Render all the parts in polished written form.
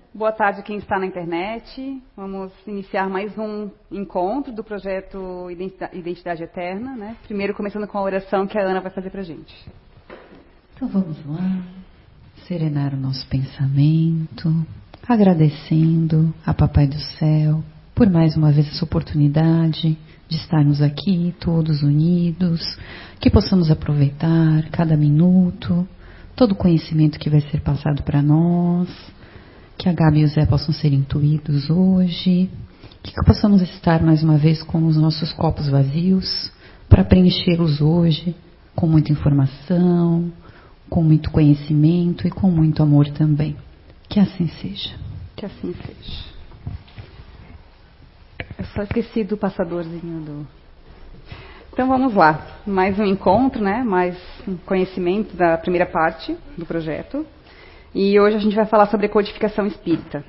Boa tarde quem está na internet. Vamos iniciar mais um encontro do projeto Identidade Eterna, né? Primeiro começando com a oração que a Ana vai fazer para a gente. Então vamos lá, serenar o nosso pensamento, agradecendo a Papai do Céu por mais uma vez essa oportunidade de estarmos aqui todos unidos, que possamos aproveitar cada minuto, todo o conhecimento que vai ser passado para nós, que a Gabi e o Zé possam ser intuídos hoje, que possamos estar mais uma vez com os nossos copos vazios para preenchê-los hoje com muita informação, com muito conhecimento e com muito amor também. Que assim seja. Que assim seja. Eu só esqueci do passadorzinho do... Então vamos lá. Mais um encontro, né? Mais um conhecimento da primeira parte do projeto. E hoje a gente vai falar sobre codificação espírita.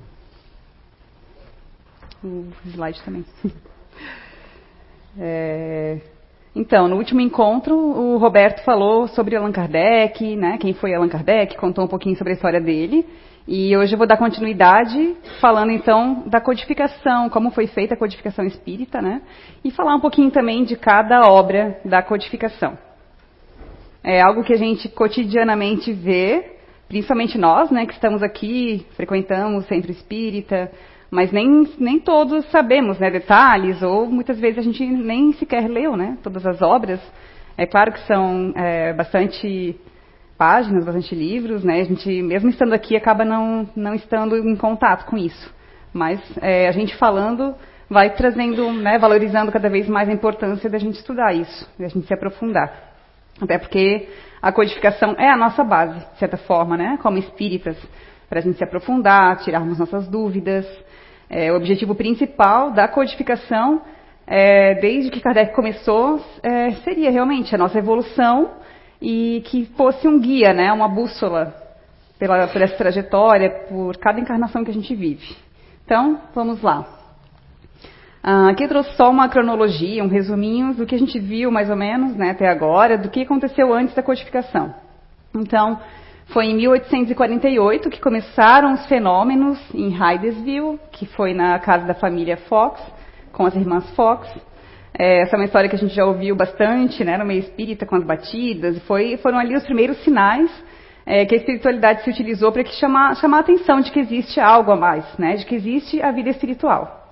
O slide também. Então, no último encontro, o Roberto falou sobre Allan Kardec, né? Quem foi Allan Kardec, contou um pouquinho sobre a história dele. E hoje eu vou dar continuidade, falando então da codificação, como foi feita a codificação espírita, né? E falar um pouquinho também de cada obra da codificação. É algo que a gente cotidianamente vê, principalmente nós, né, que estamos aqui, frequentamos o centro espírita, mas nem todos sabemos, né, detalhes, ou muitas vezes a gente nem sequer leu, né, todas as obras. É claro que são bastante páginas, bastante livros, né, a gente, mesmo estando aqui, acaba não estando em contato com isso. Mas a gente falando vai trazendo, né, valorizando cada vez mais a importância da gente estudar isso, da gente se aprofundar. Até porque a codificação é a nossa base, de certa forma, né? Como espíritas, para a gente se aprofundar, tirarmos nossas dúvidas. O objetivo principal da codificação, desde que Kardec começou, seria realmente a nossa evolução e que fosse um guia, né? Uma bússola por essa trajetória, por cada encarnação que a gente vive. Então, vamos lá. Aqui eu trouxe só uma cronologia, um resuminho do que a gente viu mais ou menos, né, até agora, do que aconteceu antes da codificação. Então, foi em 1848 que começaram os fenômenos em Hydesville, que foi na casa da família Fox, com as irmãs Fox. Essa é uma história que a gente já ouviu bastante, né, no meio espírita, com as batidas, e foram ali os primeiros sinais que a espiritualidade se utilizou para chamar a atenção de que existe algo a mais, né, de que existe a vida espiritual.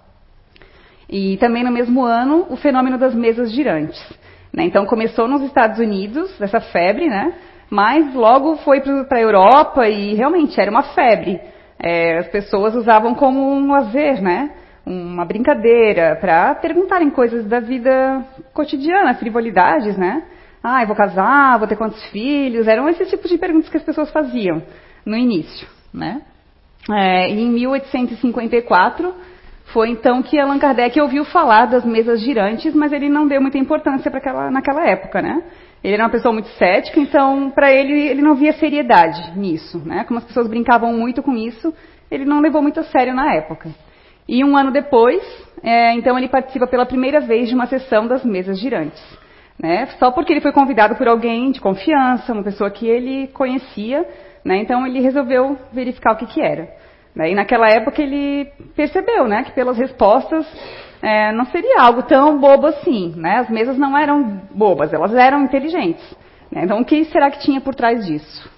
E também no mesmo ano, o fenômeno das mesas girantes, né? Então começou nos Estados Unidos, essa febre, né? Mas logo foi para a Europa e realmente era uma febre. As pessoas usavam como um lazer, né? Uma brincadeira, para perguntarem coisas da vida cotidiana, frivolidades, né? Eu vou casar, vou ter quantos filhos? Eram esses tipos de perguntas que as pessoas faziam no início, né? E em 1854... foi então que Allan Kardec ouviu falar das mesas girantes, mas ele não deu muita importância naquela época, né? Ele era uma pessoa muito cética, então para ele não via seriedade nisso, né? Como as pessoas brincavam muito com isso, ele não levou muito a sério na época. E um ano depois, então ele participa pela primeira vez de uma sessão das mesas girantes, né? Só porque ele foi convidado por alguém de confiança, uma pessoa que ele conhecia, né? Então ele resolveu verificar o que era. E naquela época ele percebeu, né, que pelas respostas não seria algo tão bobo assim, né? As mesas não eram bobas, elas eram inteligentes, né? Então o que será que tinha por trás disso?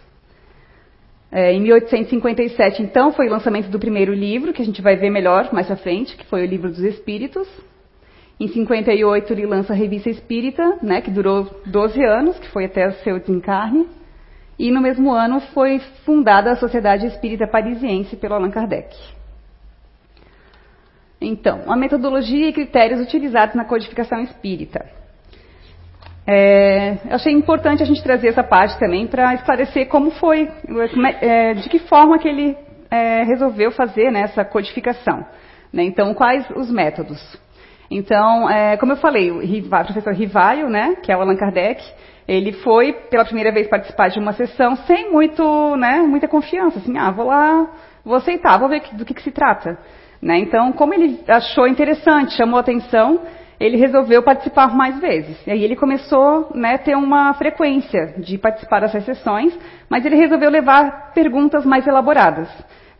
Em 1857, então, foi o lançamento do primeiro livro, que a gente vai ver melhor mais pra frente, que foi o Livro dos Espíritos. Em 58 ele lança a Revista Espírita, né, que durou 12 anos, que foi até o seu desencarne. E no mesmo ano foi fundada a Sociedade Espírita Parisiense pelo Allan Kardec. Então, a metodologia e critérios utilizados na codificação espírita. Eu achei importante a gente trazer essa parte também para esclarecer como foi, de que forma que ele resolveu fazer, né, essa codificação, né? Então, quais os métodos? Então, como eu falei, o professor Rivaio, né, que é o Allan Kardec, ele foi pela primeira vez participar de uma sessão sem muita confiança, assim, vou lá, vou aceitar, vou ver do que se trata, né? Então, como ele achou interessante, chamou a atenção, ele resolveu participar mais vezes. E aí ele começou, né, a ter uma frequência de participar dessas sessões, mas ele resolveu levar perguntas mais elaboradas.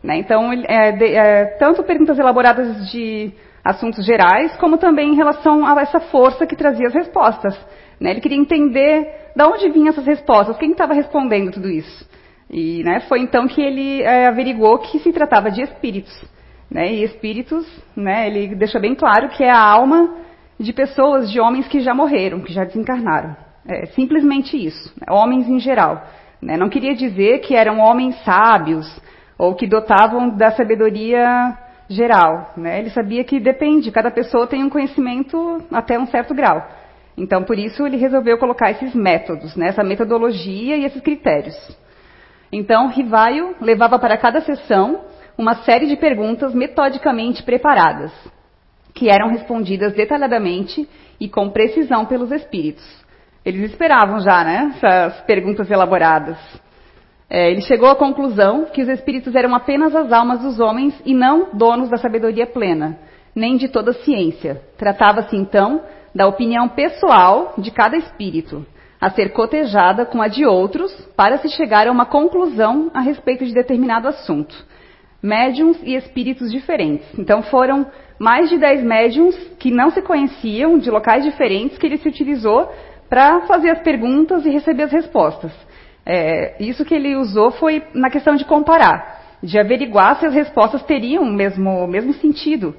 né? Então, tanto perguntas elaboradas de assuntos gerais, como também em relação a essa força que trazia as respostas, né? Ele queria entender de onde vinham essas respostas, quem estava respondendo tudo isso. E, né, foi então que ele averigou que se tratava de espíritos, né? E espíritos, né, ele deixou bem claro que é a alma de pessoas, de homens que já morreram, que já desencarnaram. É simplesmente isso, né? Homens em geral, né? Não queria dizer que eram homens sábios ou que dotavam da sabedoria geral, né? Ele sabia que depende, cada pessoa tem um conhecimento até um certo grau. Então, por isso, ele resolveu colocar esses métodos, né? Essa metodologia e esses critérios. Então, Rivaio levava para cada sessão uma série de perguntas metodicamente preparadas, que eram respondidas detalhadamente e com precisão pelos espíritos. Eles esperavam já, né? Essas perguntas elaboradas. Ele chegou à conclusão que os espíritos eram apenas as almas dos homens e não donos da sabedoria plena, nem de toda a ciência. Tratava-se, então, da opinião pessoal de cada espírito, a ser cotejada com a de outros para se chegar a uma conclusão a respeito de determinado assunto. Médiuns e espíritos diferentes. Então, foram mais de 10 médiuns que não se conheciam, de locais diferentes, que ele se utilizou para fazer as perguntas e receber as respostas. Isso que ele usou foi na questão de comparar, de averiguar se as respostas teriam o mesmo sentido.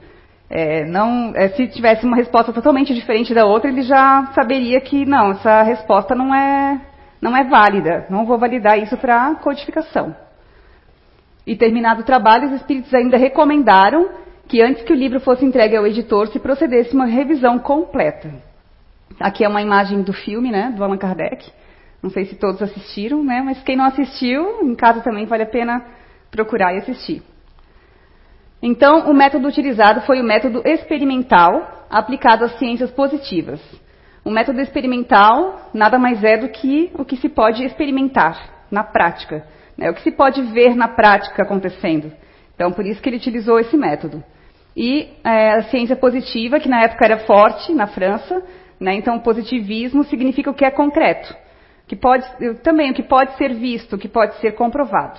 Se tivesse uma resposta totalmente diferente da outra, ele já saberia que não, essa resposta não é válida, não vou validar isso para codificação. E terminado o trabalho, os espíritos ainda recomendaram que antes que o livro fosse entregue ao editor, se procedesse uma revisão completa. Aqui é uma imagem do filme, né, do Allan Kardec. Não sei se todos assistiram, né, mas quem não assistiu, em casa também vale a pena procurar e assistir. Então, o método utilizado foi o método experimental aplicado às ciências positivas. O método experimental nada mais é do que o que se pode experimentar na prática, né, o que se pode ver na prática acontecendo. Então, por isso que ele utilizou esse método. E a ciência positiva, que na época era forte na França, né, então o positivismo significa o que é concreto, também o que pode ser visto, o que pode ser comprovado.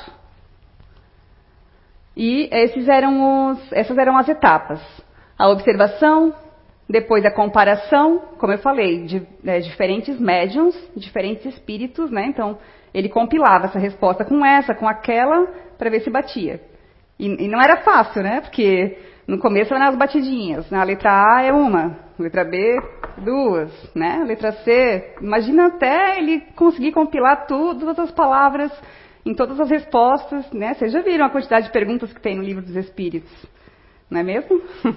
E essas eram as etapas. A observação, depois a comparação, como eu falei, de diferentes médiums, diferentes espíritos, né? Então, ele compilava essa resposta com essa, com aquela, para ver se batia. E não era fácil, né? Porque no começo eram as batidinhas, né? A letra A é uma, a letra B, duas, né? A letra C, imagina até ele conseguir compilar todas as palavras em todas as respostas, né? Vocês já viram a quantidade de perguntas que tem no Livro dos Espíritos, não é mesmo?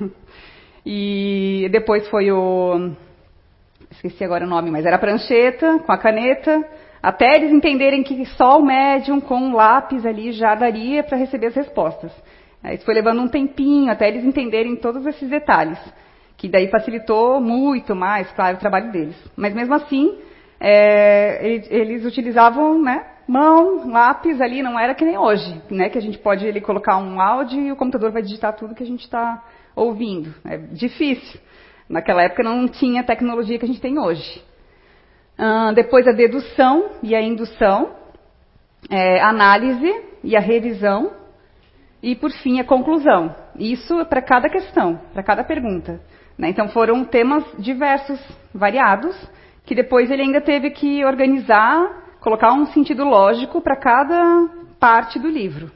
E depois foi esqueci agora o nome, mas era a prancheta com a caneta, até eles entenderem que só o médium com um lápis ali já daria para receber as respostas. Isso foi levando um tempinho até eles entenderem todos esses detalhes, que daí facilitou muito mais, claro, o trabalho deles. Mas mesmo assim, eles utilizavam, né, mão, lápis ali, não era que nem hoje, né, que a gente pode colocar um áudio e o computador vai digitar tudo que a gente está ouvindo. É difícil. Naquela época não tinha a tecnologia que a gente tem hoje. Depois a dedução e a indução, a análise e a revisão, e por fim a conclusão. Isso para cada questão, para cada pergunta, né? Então foram temas diversos, variados, que depois ele ainda teve que organizar, colocar um sentido lógico para cada parte do livro.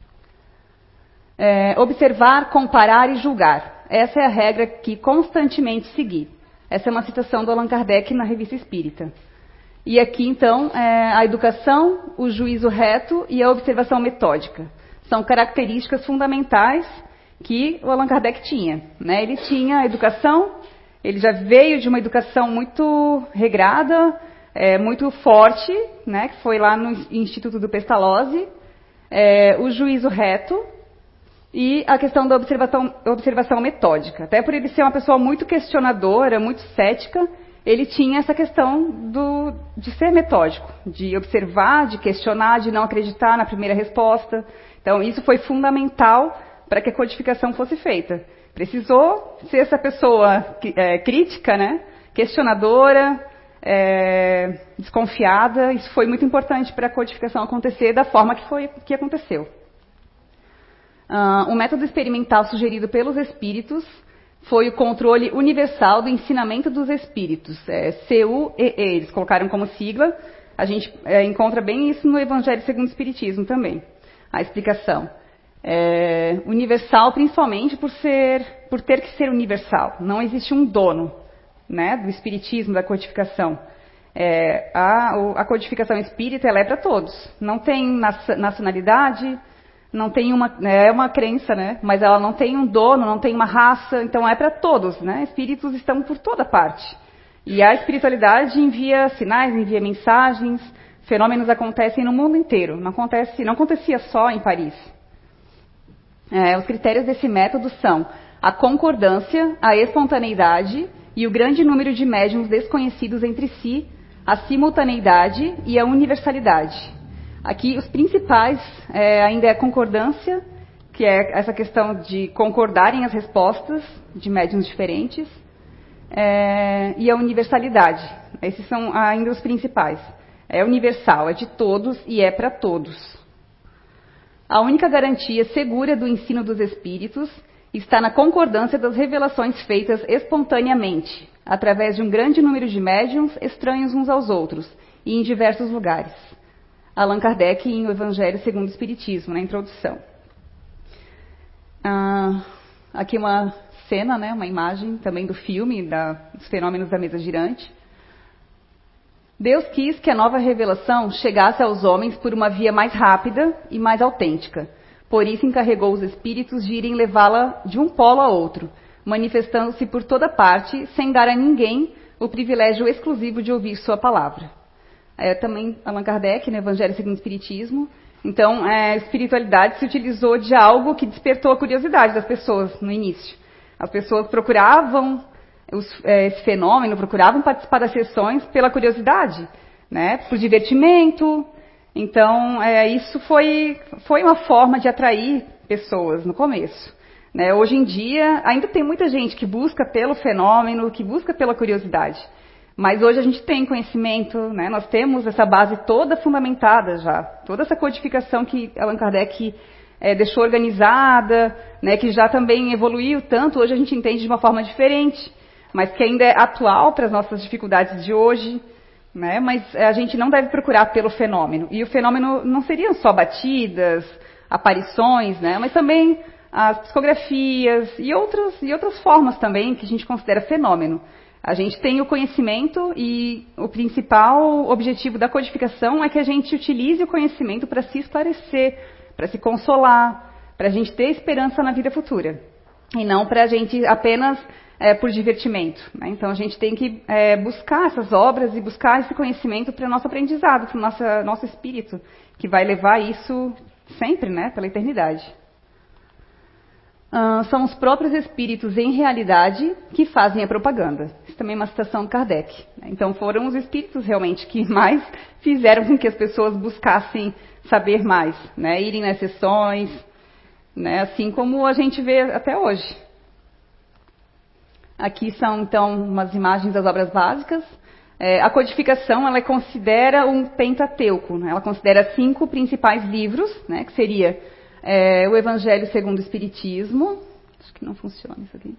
Observar, comparar e julgar. Essa é a regra que constantemente segui. Essa é uma citação do Allan Kardec na Revista Espírita. E aqui, então, a educação, o juízo reto e a observação metódica. São características fundamentais que o Allan Kardec tinha, né? Ele tinha a educação, ele já veio de uma educação muito regrada, muito forte, né? Que foi lá no Instituto do Pestalozzi, o juízo reto e a questão da observação metódica. Até por ele ser uma pessoa muito questionadora, muito cética, ele tinha essa questão de ser metódico, de observar, de questionar, de não acreditar na primeira resposta. Então, isso foi fundamental para que a codificação fosse feita. Precisou ser essa pessoa crítica, né? Questionadora, desconfiada. Isso foi muito importante para a codificação acontecer da forma que aconteceu. O método experimental sugerido pelos espíritos foi o controle universal do ensinamento dos espíritos, CUEE, eles colocaram como sigla. A gente encontra bem isso no Evangelho segundo o Espiritismo também, a explicação. Universal principalmente por ter que ser universal. Não existe um dono, né, do Espiritismo, da codificação. A codificação espírita ela é para todos. Não tem nacionalidade, não tem é uma crença, né, mas ela não tem um dono, não tem uma raça, então é para todos, né? Espíritos estão por toda parte. E a espiritualidade envia sinais, envia mensagens, fenômenos acontecem no mundo inteiro. Não acontecia só em Paris. Os critérios desse método são a concordância, a espontaneidade e o grande número de médiuns desconhecidos entre si, a simultaneidade e a universalidade. Aqui os principais ainda é a concordância, que é essa questão de concordarem as respostas de médiuns diferentes, e a universalidade. Esses são ainda os principais. É universal, é de todos e é para todos. A única garantia segura do ensino dos espíritos está na concordância das revelações feitas espontaneamente, através de um grande número de médiuns estranhos uns aos outros e em diversos lugares. Allan Kardec em O Evangelho segundo o Espiritismo, na introdução. Aqui uma cena, né, uma imagem também do filme, dos fenômenos da mesa girante. Deus quis que a nova revelação chegasse aos homens por uma via mais rápida e mais autêntica. Por isso encarregou os espíritos de irem levá-la de um polo a outro, manifestando-se por toda parte, sem dar a ninguém o privilégio exclusivo de ouvir sua palavra. Também Allan Kardec, no Evangelho segundo o Espiritismo. Então, a espiritualidade se utilizou de algo que despertou a curiosidade das pessoas no início. As pessoas procuravam esse fenômeno, procuravam participar das sessões pela curiosidade, né, por divertimento. Então, isso foi uma forma de atrair pessoas no começo. Né? Hoje em dia, ainda tem muita gente que busca pelo fenômeno, que busca pela curiosidade. Mas hoje a gente tem conhecimento, né? Nós temos essa base toda fundamentada já. Toda essa codificação que Allan Kardec deixou organizada, né? Que já também evoluiu tanto, hoje a gente entende de uma forma diferente, mas que ainda é atual para as nossas dificuldades de hoje. Né? Mas a gente não deve procurar pelo fenômeno. E o fenômeno não seriam só batidas, aparições, né? Mas também as psicografias e outras formas também que a gente considera fenômeno. A gente tem o conhecimento e o principal objetivo da codificação é que a gente utilize o conhecimento para se esclarecer, para se consolar, para a gente ter esperança na vida futura. E não para a gente apenas por divertimento. Né? Então a gente tem que buscar essas obras e buscar esse conhecimento para o nosso aprendizado, para o nosso espírito, que vai levar isso sempre, né, pela eternidade. São os próprios espíritos, em realidade, que fazem a propaganda. Isso também é uma citação do Kardec. Então foram os espíritos realmente que mais fizeram com que as pessoas buscassem saber mais, né? Irem nas sessões, né? Assim como a gente vê até hoje. Aqui são, então, umas imagens das obras básicas. A codificação, ela considera um pentateuco, né? Ela considera 5 principais livros, né? Que seria o Evangelho segundo o Espiritismo. Acho que não funciona isso aqui.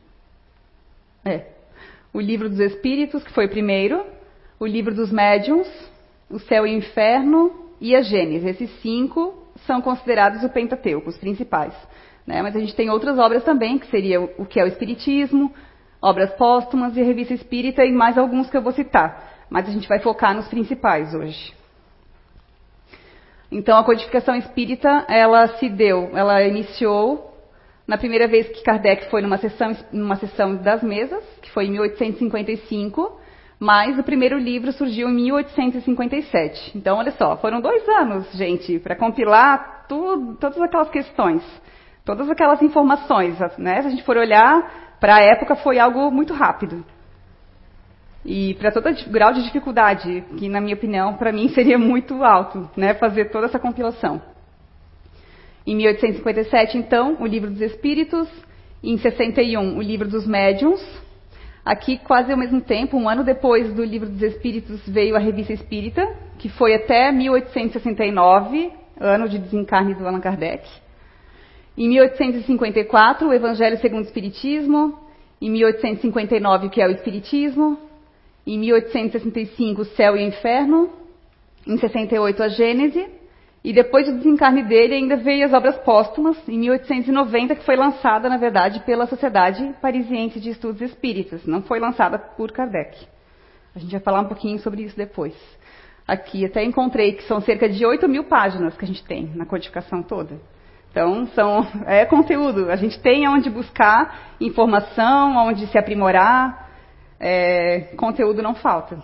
O Livro dos Espíritos, que foi o primeiro. O Livro dos Médiuns, o Céu e o Inferno e a Gênesis. Esses 5 são considerados o pentateuco, os principais. Né? Mas a gente tem outras obras também, que seria o que é o Espiritismo, obras póstumas e a Revista Espírita e mais alguns que eu vou citar. Mas a gente vai focar nos principais hoje. Então, a codificação espírita, ela iniciou na primeira vez que Kardec foi numa sessão das mesas, que foi em 1855, mas o primeiro livro surgiu em 1857. Então, olha só, foram 2 anos, gente, para compilar todas aquelas questões, todas aquelas informações. Né? Se a gente for olhar, para a época foi algo muito rápido. E para todo grau de dificuldade, que na minha opinião, para mim seria muito alto, né, fazer toda essa compilação. Em 1857, então, o Livro dos Espíritos. Em 61, o Livro dos Médiuns. Aqui, quase ao mesmo tempo, um ano depois do Livro dos Espíritos, veio a Revista Espírita, que foi até 1869, ano de desencarne do Allan Kardec. Em 1854, o Evangelho segundo o Espiritismo. Em 1859, o que é o Espiritismo. Em 1865, o Céu e o Inferno. Em 68, a Gênese. E depois do desencarne dele, ainda veio as obras póstumas, em 1890, que foi lançada, na verdade, pela Sociedade Parisiense de Estudos Espíritas. Não foi lançada por Kardec. A gente vai falar um pouquinho sobre isso depois. Aqui até encontrei que são cerca de 8.000 páginas que a gente tem na codificação toda. Então, é conteúdo. A gente tem onde buscar informação, onde se aprimorar. Conteúdo não falta.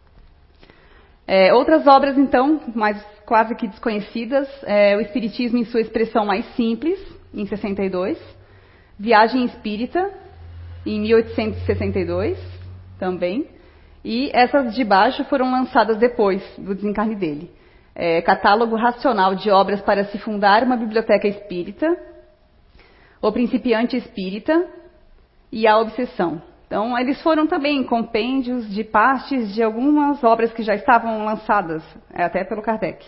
Outras obras, então, mais quase que desconhecidas. O Espiritismo em sua expressão mais simples, em 62. Viagem Espírita, em 1862, também. E essas de baixo foram lançadas depois do desencarne dele. Catálogo Racional de Obras para se Fundar uma Biblioteca Espírita, O Principiante Espírita e A Obsessão. Então, eles foram também compêndios de partes de algumas obras que já estavam lançadas, até pelo Kardec.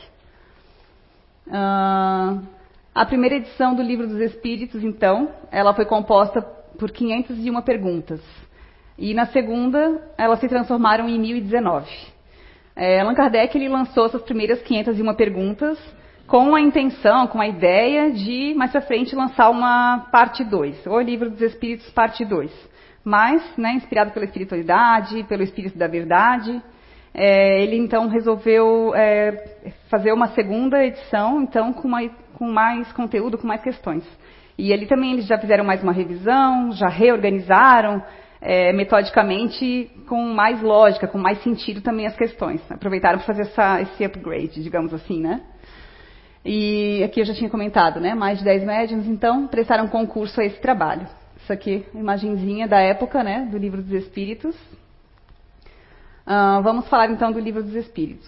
A primeira edição do Livro dos Espíritos, então, ela foi composta por 501 perguntas. E na segunda, elas se transformaram em 1019. Allan Kardec ele lançou essas primeiras 501 perguntas com a intenção, com a ideia de, mais para frente, lançar uma parte 2, o Livro dos Espíritos, parte 2. Mas, inspirado pela espiritualidade, pelo Espírito da Verdade, ele então resolveu fazer uma segunda edição, então com mais conteúdo, com mais questões. E ali também eles já fizeram mais uma revisão, já reorganizaram metodicamente, com mais lógica, com mais sentido também as questões. Aproveitaram para fazer esse upgrade, digamos assim, né? E aqui eu já tinha comentado, mais de 10 médiuns, então, prestaram concurso a esse trabalho. Isso aqui, imagenzinha da época, do Livro dos Espíritos. Vamos falar então do Livro dos Espíritos.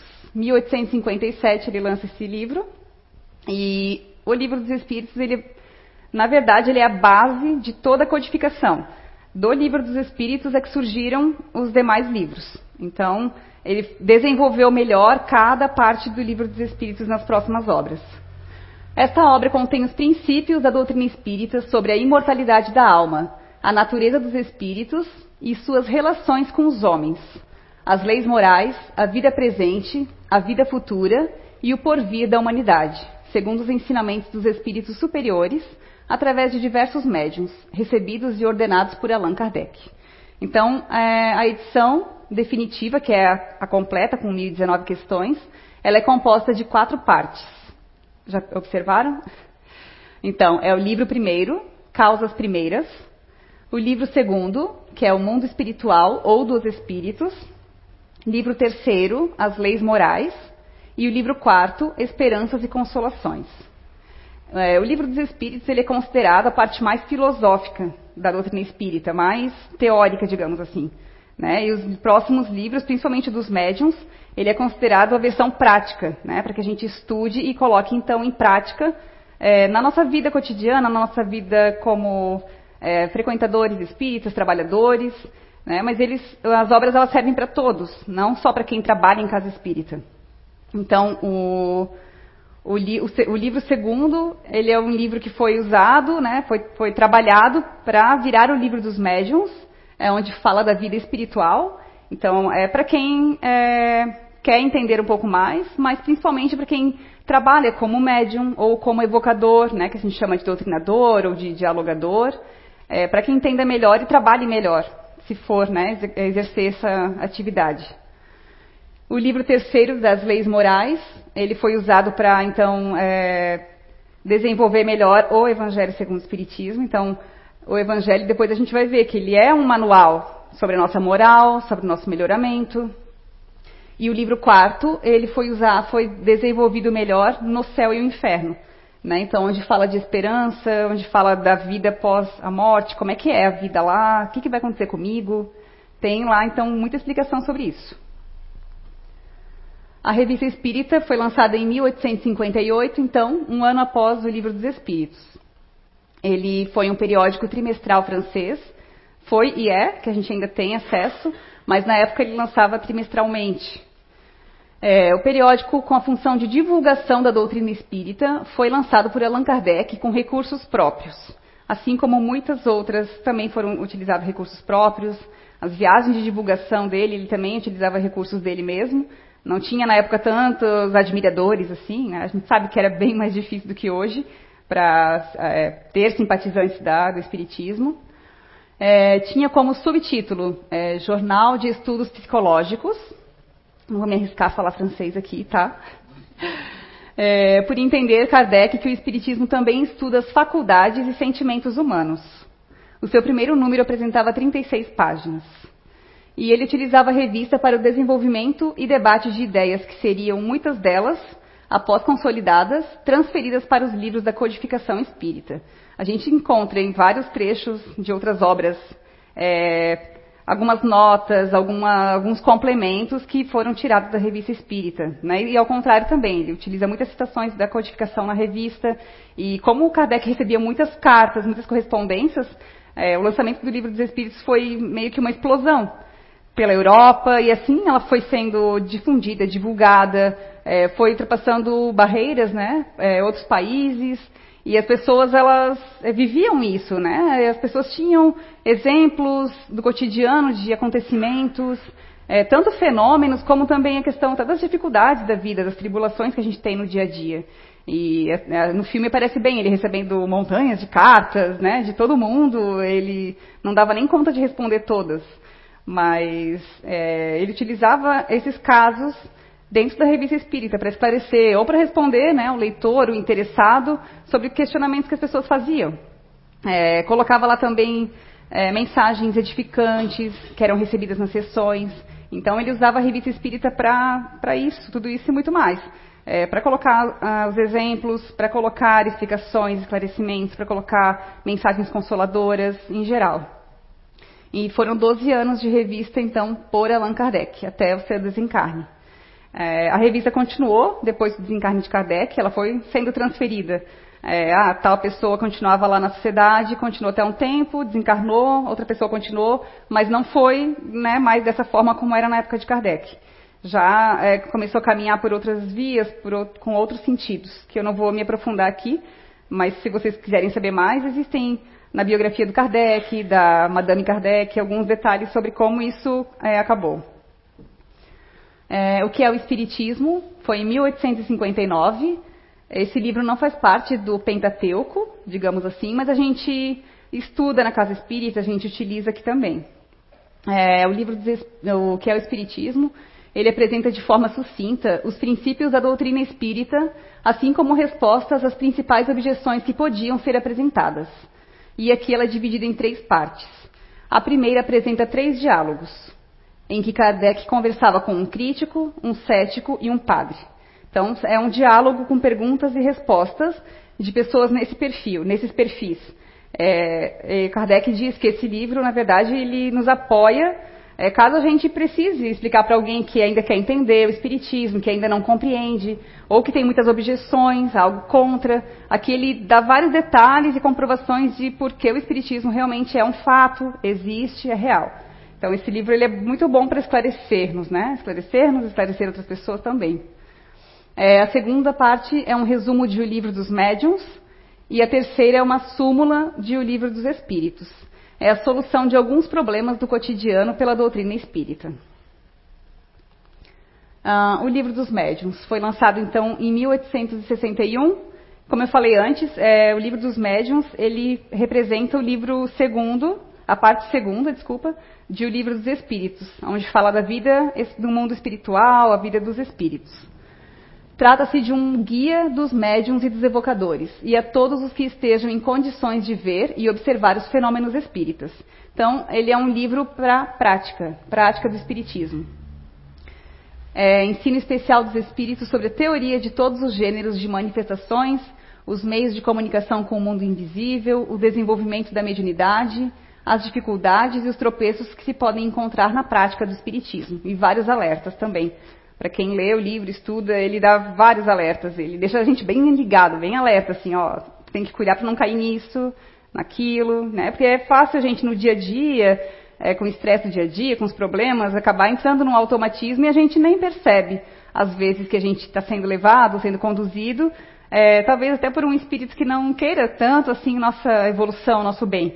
1857 ele lança esse livro. E o Livro dos Espíritos, na verdade, ele é a base de toda a codificação. Do Livro dos Espíritos é que surgiram os demais livros. Então, ele desenvolveu melhor cada parte do Livro dos Espíritos nas próximas obras. Esta obra contém os princípios da doutrina espírita sobre a imortalidade da alma, a natureza dos espíritos e suas relações com os homens, as leis morais, a vida presente, a vida futura e o porvir da humanidade, segundo os ensinamentos dos espíritos superiores, através de diversos médiuns, recebidos e ordenados por Allan Kardec. Então, a edição definitiva, que é a completa, com 1019 questões, ela é composta de 4 partes. Já observaram? Então, é o livro primeiro, Causas Primeiras, o livro segundo, que é o Mundo Espiritual ou dos Espíritos, livro terceiro, As Leis Morais, e o livro quarto, Esperanças e Consolações. O Livro dos Espíritos ele é considerado a parte mais filosófica da doutrina espírita, mais teórica, digamos assim. E os próximos livros, principalmente dos médiuns, ele é considerado a versão prática, para que a gente estude e coloque, então, em prática na nossa vida cotidiana, na nossa vida como frequentadores espíritas, trabalhadores. Mas as obras elas servem para todos, não só para quem trabalha em casa espírita. Então, o livro segundo, ele é um livro que foi usado, foi trabalhado para virar o livro dos médiuns, onde fala da vida espiritual. Então, é para quem quer entender um pouco mais, mas principalmente para quem trabalha como médium ou como evocador, que a gente chama de doutrinador ou de dialogador, para quem entenda melhor e trabalhe melhor, se for exercer essa atividade. O livro terceiro, das Leis Morais, ele foi usado para, então, desenvolver melhor o Evangelho segundo o Espiritismo. Então, o Evangelho, depois a gente vai ver que ele é um manual sobre a nossa moral, sobre o nosso melhoramento. E o livro quarto, ele foi desenvolvido melhor no Céu e o Inferno. Então, onde fala de esperança, onde fala da vida após a morte, como é que é a vida lá, o que vai acontecer comigo. Tem lá, então, muita explicação sobre isso. A Revista Espírita foi lançada em 1858, então, um ano após o Livro dos Espíritos. Ele foi um periódico trimestral francês, foi e é, que a gente ainda tem acesso, mas na época ele lançava trimestralmente. O periódico, com a função de divulgação da doutrina espírita, foi lançado por Allan Kardec com recursos próprios. Assim como muitas outras também foram utilizados recursos próprios. As viagens de divulgação dele, ele também utilizava recursos dele mesmo. Não tinha na época tantos admiradores assim, né? A gente sabe que era bem mais difícil do que hoje para ter simpatizantes do espiritismo. Tinha como subtítulo Jornal de Estudos Psicológicos. Não vou me arriscar a falar francês aqui, tá? Por entender Kardec que o espiritismo também estuda as faculdades e sentimentos humanos. O seu primeiro número apresentava 36 páginas. E ele utilizava a revista para o desenvolvimento e debate de ideias que seriam, muitas delas, após consolidadas, transferidas para os livros da codificação espírita. A gente encontra em vários trechos de outras obras algumas notas, alguns complementos que foram tirados da revista espírita, né? E ao contrário também, ele utiliza muitas citações da codificação na revista. E como o Kardec recebia muitas cartas, muitas correspondências, o lançamento do Livro dos Espíritos foi meio que uma explosão pela Europa, e assim ela foi sendo difundida, divulgada, foi ultrapassando barreiras, né, outros países, e as pessoas, elas viviam isso, né, as pessoas tinham exemplos do cotidiano, de acontecimentos, tanto fenômenos, como também a questão das dificuldades da vida, das tribulações que a gente tem no dia a dia. E no filme parece bem, ele recebendo montanhas de cartas, né, de todo mundo, ele não dava nem conta de responder todas. Mas ele utilizava esses casos dentro da revista espírita para esclarecer ou para responder, né, o leitor, o interessado, sobre questionamentos que as pessoas faziam. Colocava lá também mensagens edificantes que eram recebidas nas sessões. Então ele usava a revista espírita para isso, tudo isso e muito mais. Para colocar os exemplos, para colocar explicações, esclarecimentos, para colocar mensagens consoladoras em geral. E foram 12 anos de revista, então, por Allan Kardec, até o seu desencarne. A revista continuou, depois do desencarne de Kardec, ela foi sendo transferida. Tal pessoa continuava lá na sociedade, continuou até um tempo, desencarnou, outra pessoa continuou, mas não foi, né, mais dessa forma como era na época de Kardec. Já começou a caminhar por outras vias, com outros sentidos, que eu não vou me aprofundar aqui, mas se vocês quiserem saber mais, existem na biografia do Kardec, da Madame Kardec, alguns detalhes sobre como isso acabou. O que é o Espiritismo? Foi em 1859. Esse livro não faz parte do Pentateuco, digamos assim, mas a gente estuda na Casa Espírita, a gente utiliza aqui também. O que é o Espiritismo? Ele apresenta de forma sucinta os princípios da doutrina espírita, assim como respostas às principais objeções que podiam ser apresentadas. E aqui ela é dividida em 3 partes. A primeira apresenta 3 diálogos, em que Kardec conversava com um crítico, um cético e um padre. Então, é um diálogo com perguntas e respostas de pessoas nesses perfis. Kardec diz que esse livro, na verdade, ele nos apoia caso a gente precise explicar para alguém que ainda quer entender o Espiritismo, que ainda não compreende, ou que tem muitas objeções, algo contra. Aqui ele dá vários detalhes e comprovações de por que o Espiritismo realmente é um fato, existe, é real. Então esse livro ele é muito bom para esclarecer-nos, né? Esclarecer outras pessoas também. A segunda parte é um resumo de O Livro dos Médiuns, e a terceira é uma súmula de O Livro dos Espíritos. É a solução de alguns problemas do cotidiano pela doutrina espírita. O Livro dos Médiuns foi lançado, então, em 1861. Como eu falei antes, o Livro dos Médiuns, ele representa o livro segundo, a parte segunda, de O Livro dos Espíritos, onde fala da vida do mundo espiritual, a vida dos espíritos. Trata-se de um guia dos médiuns e dos evocadores, e a todos os que estejam em condições de ver e observar os fenômenos espíritas. Então, ele é um livro para prática do espiritismo. Ensino especial dos espíritos sobre a teoria de todos os gêneros de manifestações, os meios de comunicação com o mundo invisível, o desenvolvimento da mediunidade, as dificuldades e os tropeços que se podem encontrar na prática do espiritismo, e vários alertas também. Para quem lê o livro, estuda, ele dá vários alertas, ele deixa a gente bem ligado, bem alerta, assim, tem que cuidar para não cair nisso, naquilo, né? Porque é fácil a gente no dia a dia, com o estresse do dia a dia, com os problemas, acabar entrando num automatismo e a gente nem percebe às vezes, que a gente está sendo levado, sendo conduzido, talvez até por um espírito que não queira tanto assim nossa evolução, nosso bem.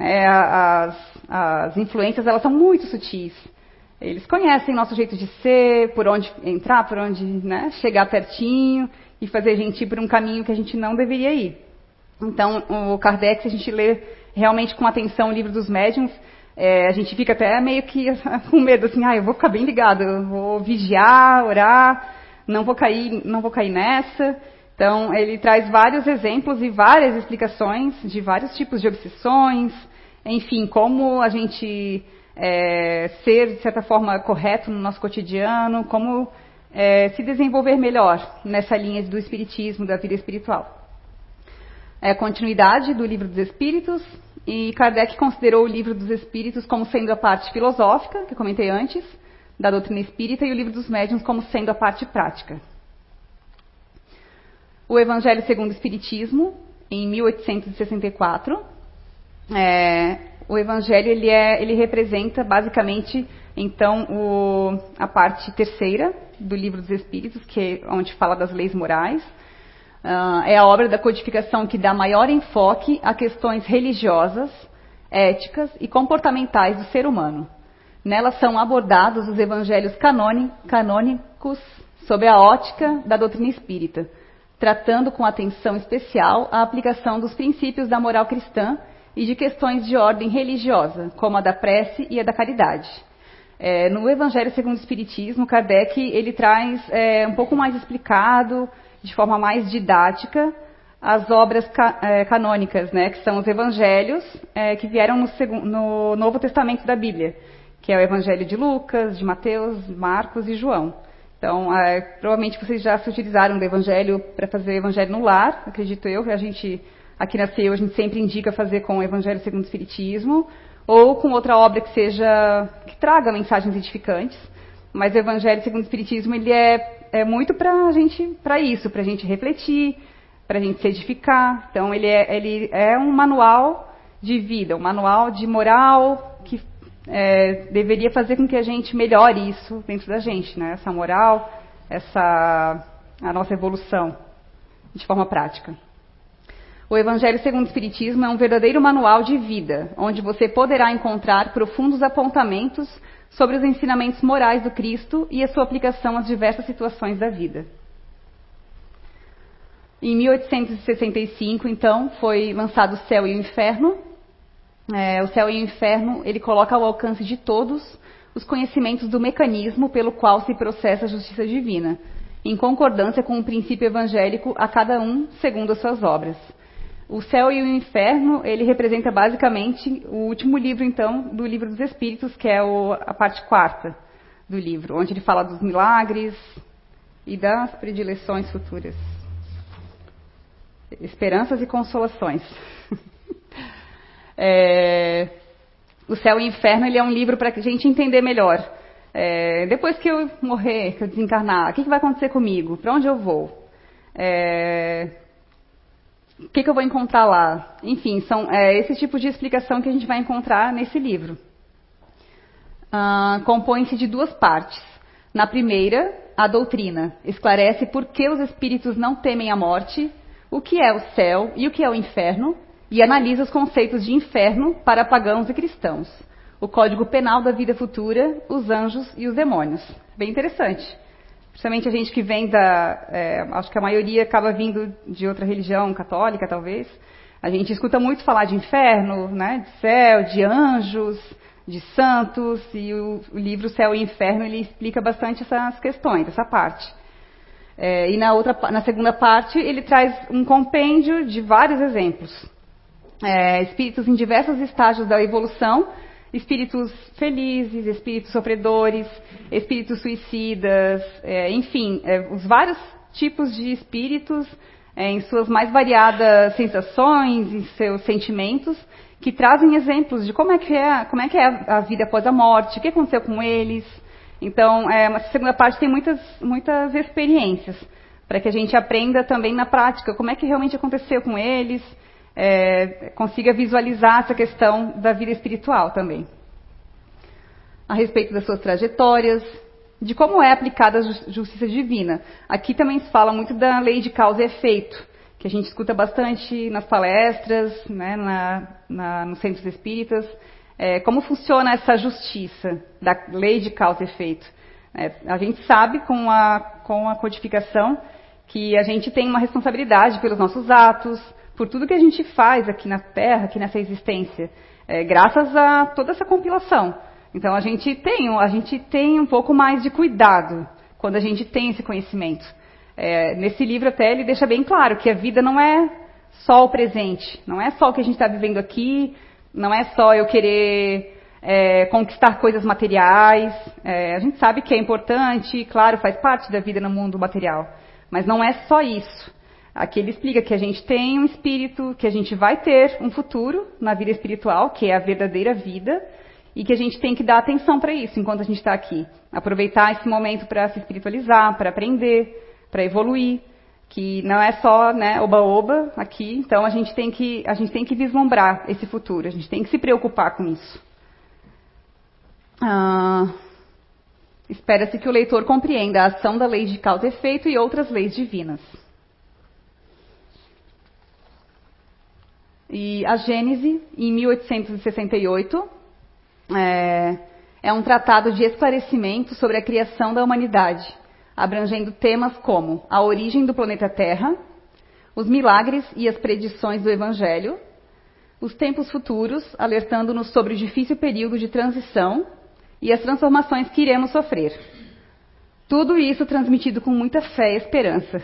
As influências, elas são muito sutis. Eles conhecem nosso jeito de ser, por onde entrar, por onde, né, chegar pertinho e fazer a gente ir por um caminho que a gente não deveria ir. Então, o Kardec, se a gente lê realmente com atenção o Livro dos Médiuns, a gente fica até meio que com medo, assim, eu vou ficar bem ligado, eu vou vigiar, orar, não vou cair nessa. Então, ele traz vários exemplos e várias explicações de vários tipos de obsessões, enfim, como a gente ser, de certa forma, correto no nosso cotidiano, como se desenvolver melhor nessa linha do espiritismo, da vida espiritual. É a continuidade do Livro dos Espíritos, e Kardec considerou o Livro dos Espíritos como sendo a parte filosófica, que eu comentei antes, da doutrina espírita, e o Livro dos Médiuns como sendo a parte prática. O Evangelho segundo o Espiritismo, em 1864, o Evangelho ele representa basicamente então a parte terceira do Livro dos Espíritos, que é onde fala das leis morais. É a obra da codificação que dá maior enfoque a questões religiosas, éticas e comportamentais do ser humano. Nela são abordados os evangelhos canônicos sob a ótica da doutrina espírita, tratando com atenção especial a aplicação dos princípios da moral cristã e de questões de ordem religiosa, como a da prece e a da caridade. No Evangelho segundo o Espiritismo, Kardec ele traz um pouco mais explicado, de forma mais didática, as obras canônicas, né, que são os evangelhos que vieram no Novo Testamento da Bíblia, que é o Evangelho de Lucas, de Mateus, Marcos e João. Então, provavelmente vocês já se utilizaram do Evangelho para fazer o Evangelho no lar, acredito eu, que a gente, aqui na CEU, a gente sempre indica fazer com o Evangelho segundo o Espiritismo, ou com outra obra que traga mensagens edificantes. Mas o Evangelho segundo o Espiritismo, ele é muito para isso, para a gente refletir, para a gente se edificar. Então, ele é um manual de vida, um manual de moral que deveria fazer com que a gente melhore isso dentro da gente, né? Essa moral, a nossa evolução de forma prática. O Evangelho segundo o Espiritismo é um verdadeiro manual de vida, onde você poderá encontrar profundos apontamentos sobre os ensinamentos morais do Cristo e a sua aplicação às diversas situações da vida. Em 1865, então, foi lançado O Céu e o Inferno. O Céu e o Inferno, ele coloca ao alcance de todos os conhecimentos do mecanismo pelo qual se processa a justiça divina, em concordância com o princípio evangélico a cada um segundo as suas obras. O Céu e o Inferno, ele representa basicamente o último livro, então, do Livro dos Espíritos, que é a parte 4ª do livro, onde ele fala dos milagres e das predileções futuras. Esperanças e consolações. O Céu e o Inferno, ele é um livro para a gente entender melhor. Depois que eu morrer, que eu desencarnar, o que vai acontecer comigo? Para onde eu vou? O que eu vou encontrar lá? Enfim, são esse tipo de explicação que a gente vai encontrar nesse livro. Compõe-se de 2 partes. Na primeira, a doutrina esclarece por que os espíritos não temem a morte, o que é o céu e o que é o inferno, e analisa os conceitos de inferno para pagãos e cristãos, o código penal da vida futura, os anjos e os demônios. Bem interessante. Principalmente a gente que vem acho que a maioria acaba vindo de outra religião, católica talvez. A gente escuta muito falar de inferno, né, de céu, de anjos, de santos, e o livro Céu e Inferno, ele explica bastante essas questões, essa parte. E na segunda parte, ele traz um compêndio de vários exemplos. Espíritos em diversos estágios da evolução, espíritos felizes, espíritos sofredores, espíritos suicidas, enfim, os vários tipos de espíritos em suas mais variadas sensações, em seus sentimentos, que trazem exemplos de como é que é a vida após a morte, o que aconteceu com eles. Então, a segunda parte tem muitas experiências, para que a gente aprenda também na prática como é que realmente aconteceu com eles, consiga visualizar essa questão da vida espiritual também. A respeito das suas trajetórias, de como é aplicada a justiça divina. Aqui também se fala muito da lei de causa e efeito, que a gente escuta bastante nas palestras, né, nos centros espíritas, como funciona essa justiça da lei de causa e efeito. A gente sabe com a codificação que a gente tem uma responsabilidade pelos nossos atos, por tudo que a gente faz aqui na Terra, aqui nessa existência, graças a toda essa compilação. Então a gente tem um pouco mais de cuidado quando a gente tem esse conhecimento. Nesse livro até ele deixa bem claro que a vida não é só o presente, não é só o que a gente está vivendo aqui, não é só eu querer conquistar coisas materiais. A gente sabe que é importante, claro, faz parte da vida no mundo material, mas não é só isso. Aqui ele explica que a gente tem um espírito, que a gente vai ter um futuro na vida espiritual, que é a verdadeira vida, e que a gente tem que dar atenção para isso enquanto a gente está aqui. Aproveitar esse momento para se espiritualizar, para aprender, para evoluir, que não é só, né, oba-oba aqui. Então a gente tem que vislumbrar esse futuro, a gente tem que se preocupar com isso. Espera-se que o leitor compreenda a ação da lei de causa e efeito e outras leis divinas. E a Gênese, em 1868, é um tratado de esclarecimento sobre a criação da humanidade, abrangendo temas como a origem do planeta Terra, os milagres e as predições do Evangelho, os tempos futuros, alertando-nos sobre o difícil período de transição e as transformações que iremos sofrer. Tudo isso transmitido com muita fé e esperança.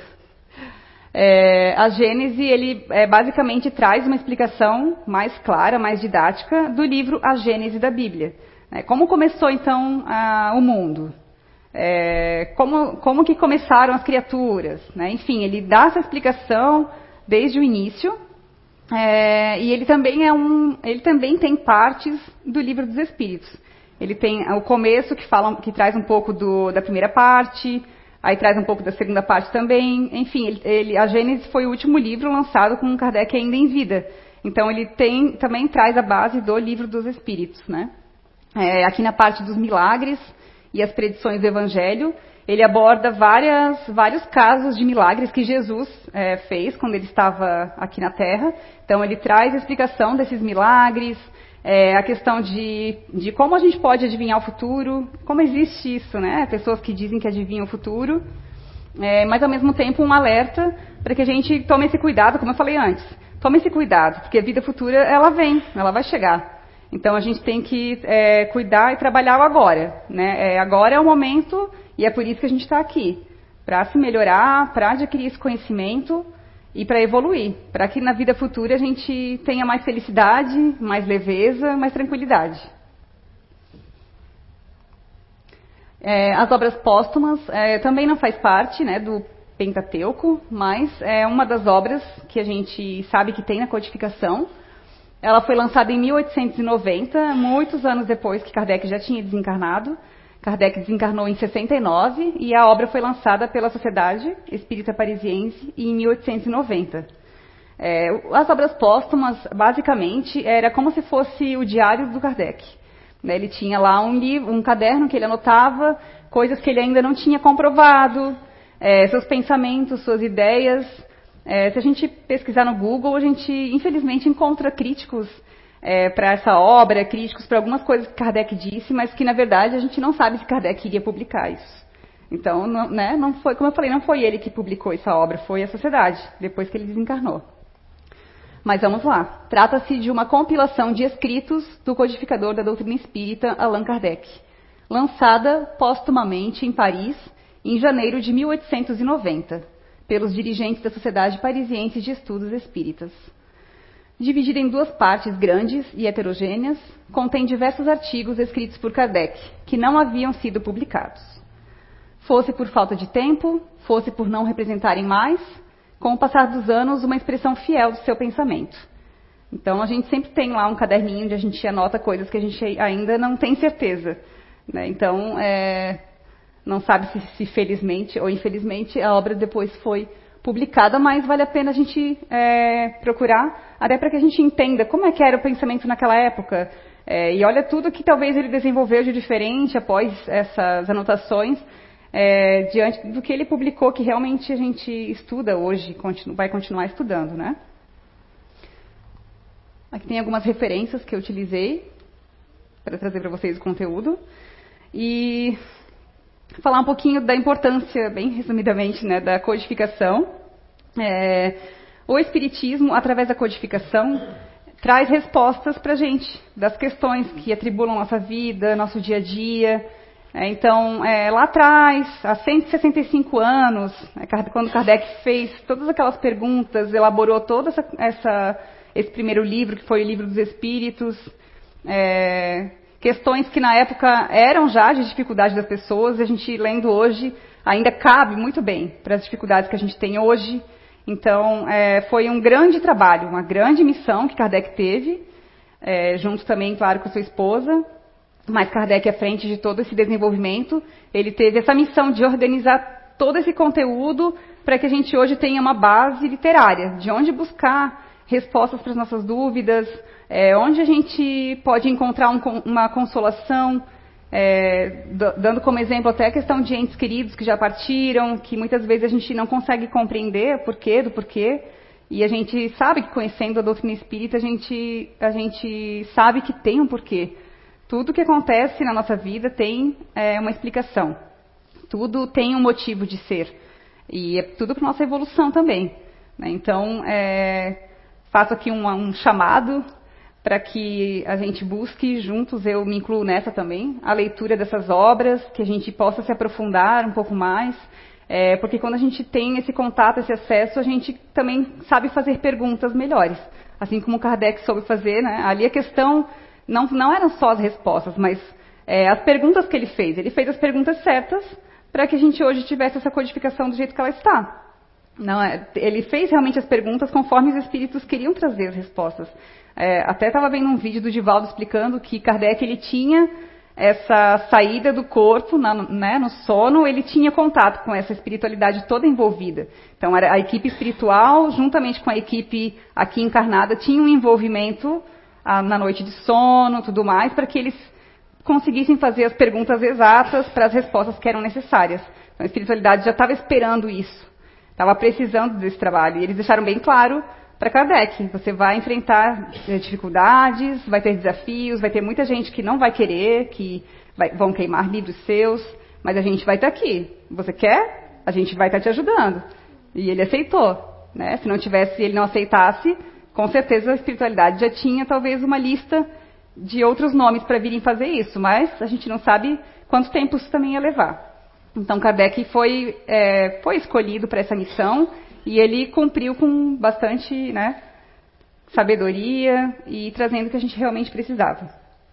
A Gênese, ele basicamente traz uma explicação mais clara, mais didática do livro A Gênese da Bíblia. Como começou então o mundo? Como que começaram as criaturas? Enfim, ele dá essa explicação desde o início. E ele também tem partes do Livro dos Espíritos. Ele tem o começo que traz um pouco da primeira parte. Aí traz um pouco da segunda parte também. Enfim, a Gênese foi o último livro lançado com Kardec ainda em vida. Então ele também traz a base do Livro dos Espíritos, né? Aqui na parte dos milagres e as predições do Evangelho, ele aborda vários casos de milagres que Jesus fez quando ele estava aqui na Terra. Então ele traz a explicação desses milagres, a questão de como a gente pode adivinhar o futuro, como existe isso, né? Pessoas que dizem que adivinham o futuro, mas ao mesmo tempo um alerta para que a gente tome esse cuidado, como eu falei antes. Tome esse cuidado, porque a vida futura, ela vai chegar. Então a gente tem que cuidar e trabalhar o agora, né? Agora é o momento e é por isso que a gente está aqui, para se melhorar, para adquirir esse conhecimento e para evoluir, para que na vida futura a gente tenha mais felicidade, mais leveza, mais tranquilidade. As obras póstumas também não faz parte, né, do Pentateuco, mas é uma das obras que a gente sabe que tem na codificação. Ela foi lançada em 1890, muitos anos depois que Kardec já tinha desencarnado. Kardec desencarnou em 69 e a obra foi lançada pela Sociedade Espírita Parisiense em 1890. As obras póstumas, basicamente, era como se fosse o diário do Kardec. Ele tinha lá um caderno que ele anotava coisas que ele ainda não tinha comprovado, seus pensamentos, suas ideias. Se a gente pesquisar no Google, a gente, infelizmente, encontra críticos para essa obra, críticos para algumas coisas que Kardec disse, mas que, na verdade, a gente não sabe se Kardec iria publicar isso. Então, não foi, como eu falei, não foi ele que publicou essa obra, foi a sociedade, depois que ele desencarnou. Mas vamos lá. Trata-se de uma compilação de escritos do codificador da doutrina espírita, Allan Kardec, lançada póstumamente em Paris, em janeiro de 1890, pelos dirigentes da Sociedade Parisiense de Estudos Espíritas. Dividida em duas partes grandes e heterogêneas, contém diversos artigos escritos por Kardec, que não haviam sido publicados. Fosse por falta de tempo, fosse por não representarem mais, com o passar dos anos, uma expressão fiel do seu pensamento. Então, a gente sempre tem lá um caderninho onde a gente anota coisas que a gente ainda não tem certeza, né? Então, não sabe se felizmente ou infelizmente a obra depois foi publicada, mas vale a pena a gente procurar, até para que a gente entenda como é que era o pensamento naquela época, E olha tudo que talvez ele desenvolveu de diferente após essas anotações, diante do que ele publicou, que realmente a gente estuda hoje, vai continuar estudando, né? Aqui tem algumas referências que eu utilizei para trazer para vocês o conteúdo. E falar um pouquinho da importância, bem resumidamente, né, da codificação. O Espiritismo, através da codificação, traz respostas para a gente, das questões que atribulam nossa vida, nosso dia a dia. Então, lá atrás, há 165 anos, quando Kardec fez todas aquelas perguntas, elaborou todo esse primeiro livro, que foi o Livro dos Espíritos, questões que na época eram já de dificuldade das pessoas, e a gente lendo hoje ainda cabe muito bem para as dificuldades que a gente tem hoje. Então, foi um grande trabalho, uma grande missão que Kardec teve, junto também, claro, com a sua esposa, mas Kardec à frente de todo esse desenvolvimento, ele teve essa missão de organizar todo esse conteúdo para que a gente hoje tenha uma base literária, de onde buscar respostas para as nossas dúvidas, onde a gente pode encontrar uma consolação, dando como exemplo até a questão de entes queridos que já partiram, que muitas vezes a gente não consegue compreender do porquê, e a gente sabe que conhecendo a doutrina espírita, a gente sabe que tem um porquê. Tudo que acontece na nossa vida tem uma explicação, tudo tem um motivo de ser, e é tudo para nossa evolução também, né? Então, faço aqui um chamado para que a gente busque juntos, eu me incluo nessa também, a leitura dessas obras, que a gente possa se aprofundar um pouco mais, porque quando a gente tem esse contato, esse acesso, a gente também sabe fazer perguntas melhores, assim como Kardec soube fazer, né? Ali a questão não eram só as respostas, mas as perguntas que ele fez as perguntas certas para que a gente hoje tivesse essa codificação do jeito que ela está. Ele fez realmente as perguntas conforme os espíritos queriam trazer as respostas. Até estava vendo um vídeo do Divaldo explicando que Kardec ele tinha essa saída do corpo, no sono, ele tinha contato com essa espiritualidade toda envolvida. Então, a equipe espiritual, juntamente com a equipe aqui encarnada, tinha um envolvimento na noite de sono, tudo mais, para que eles conseguissem fazer as perguntas exatas para as respostas que eram necessárias. Então, a espiritualidade já estava esperando isso. Estava precisando desse trabalho. E eles deixaram bem claro para Kardec, você vai enfrentar dificuldades, vai ter desafios, vai ter muita gente que não vai querer, vão queimar livros seus, mas a gente vai estar aqui. Você quer? A gente vai estar te ajudando. E ele aceitou, né? Se ele não aceitasse, com certeza a espiritualidade já tinha talvez uma lista de outros nomes para virem fazer isso, mas a gente não sabe quanto tempo isso também ia levar. Então, Kardec foi escolhido para essa missão e ele cumpriu com bastante, né, sabedoria e trazendo o que a gente realmente precisava.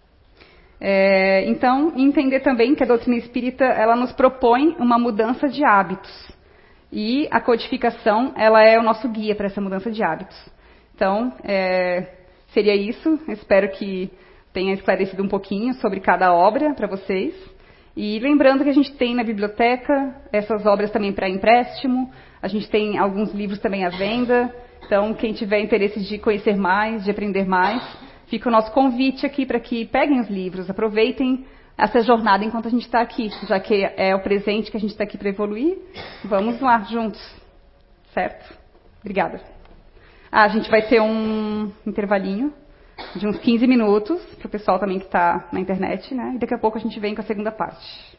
Então, entender também que a doutrina espírita ela nos propõe uma mudança de hábitos e a codificação ela é o nosso guia para essa mudança de hábitos. Então, seria isso. Espero que tenha esclarecido um pouquinho sobre cada obra para vocês. E lembrando que a gente tem na biblioteca essas obras também para empréstimo, a gente tem alguns livros também à venda, então quem tiver interesse de conhecer mais, de aprender mais, fica o nosso convite aqui para que peguem os livros, aproveitem essa jornada enquanto a gente está aqui, já que é o presente que a gente está aqui para evoluir, vamos lá juntos, certo? Obrigada. A gente vai ter um intervalinho de uns 15 minutos, para o pessoal também que está na internet, né? E daqui a pouco a gente vem com a segunda parte.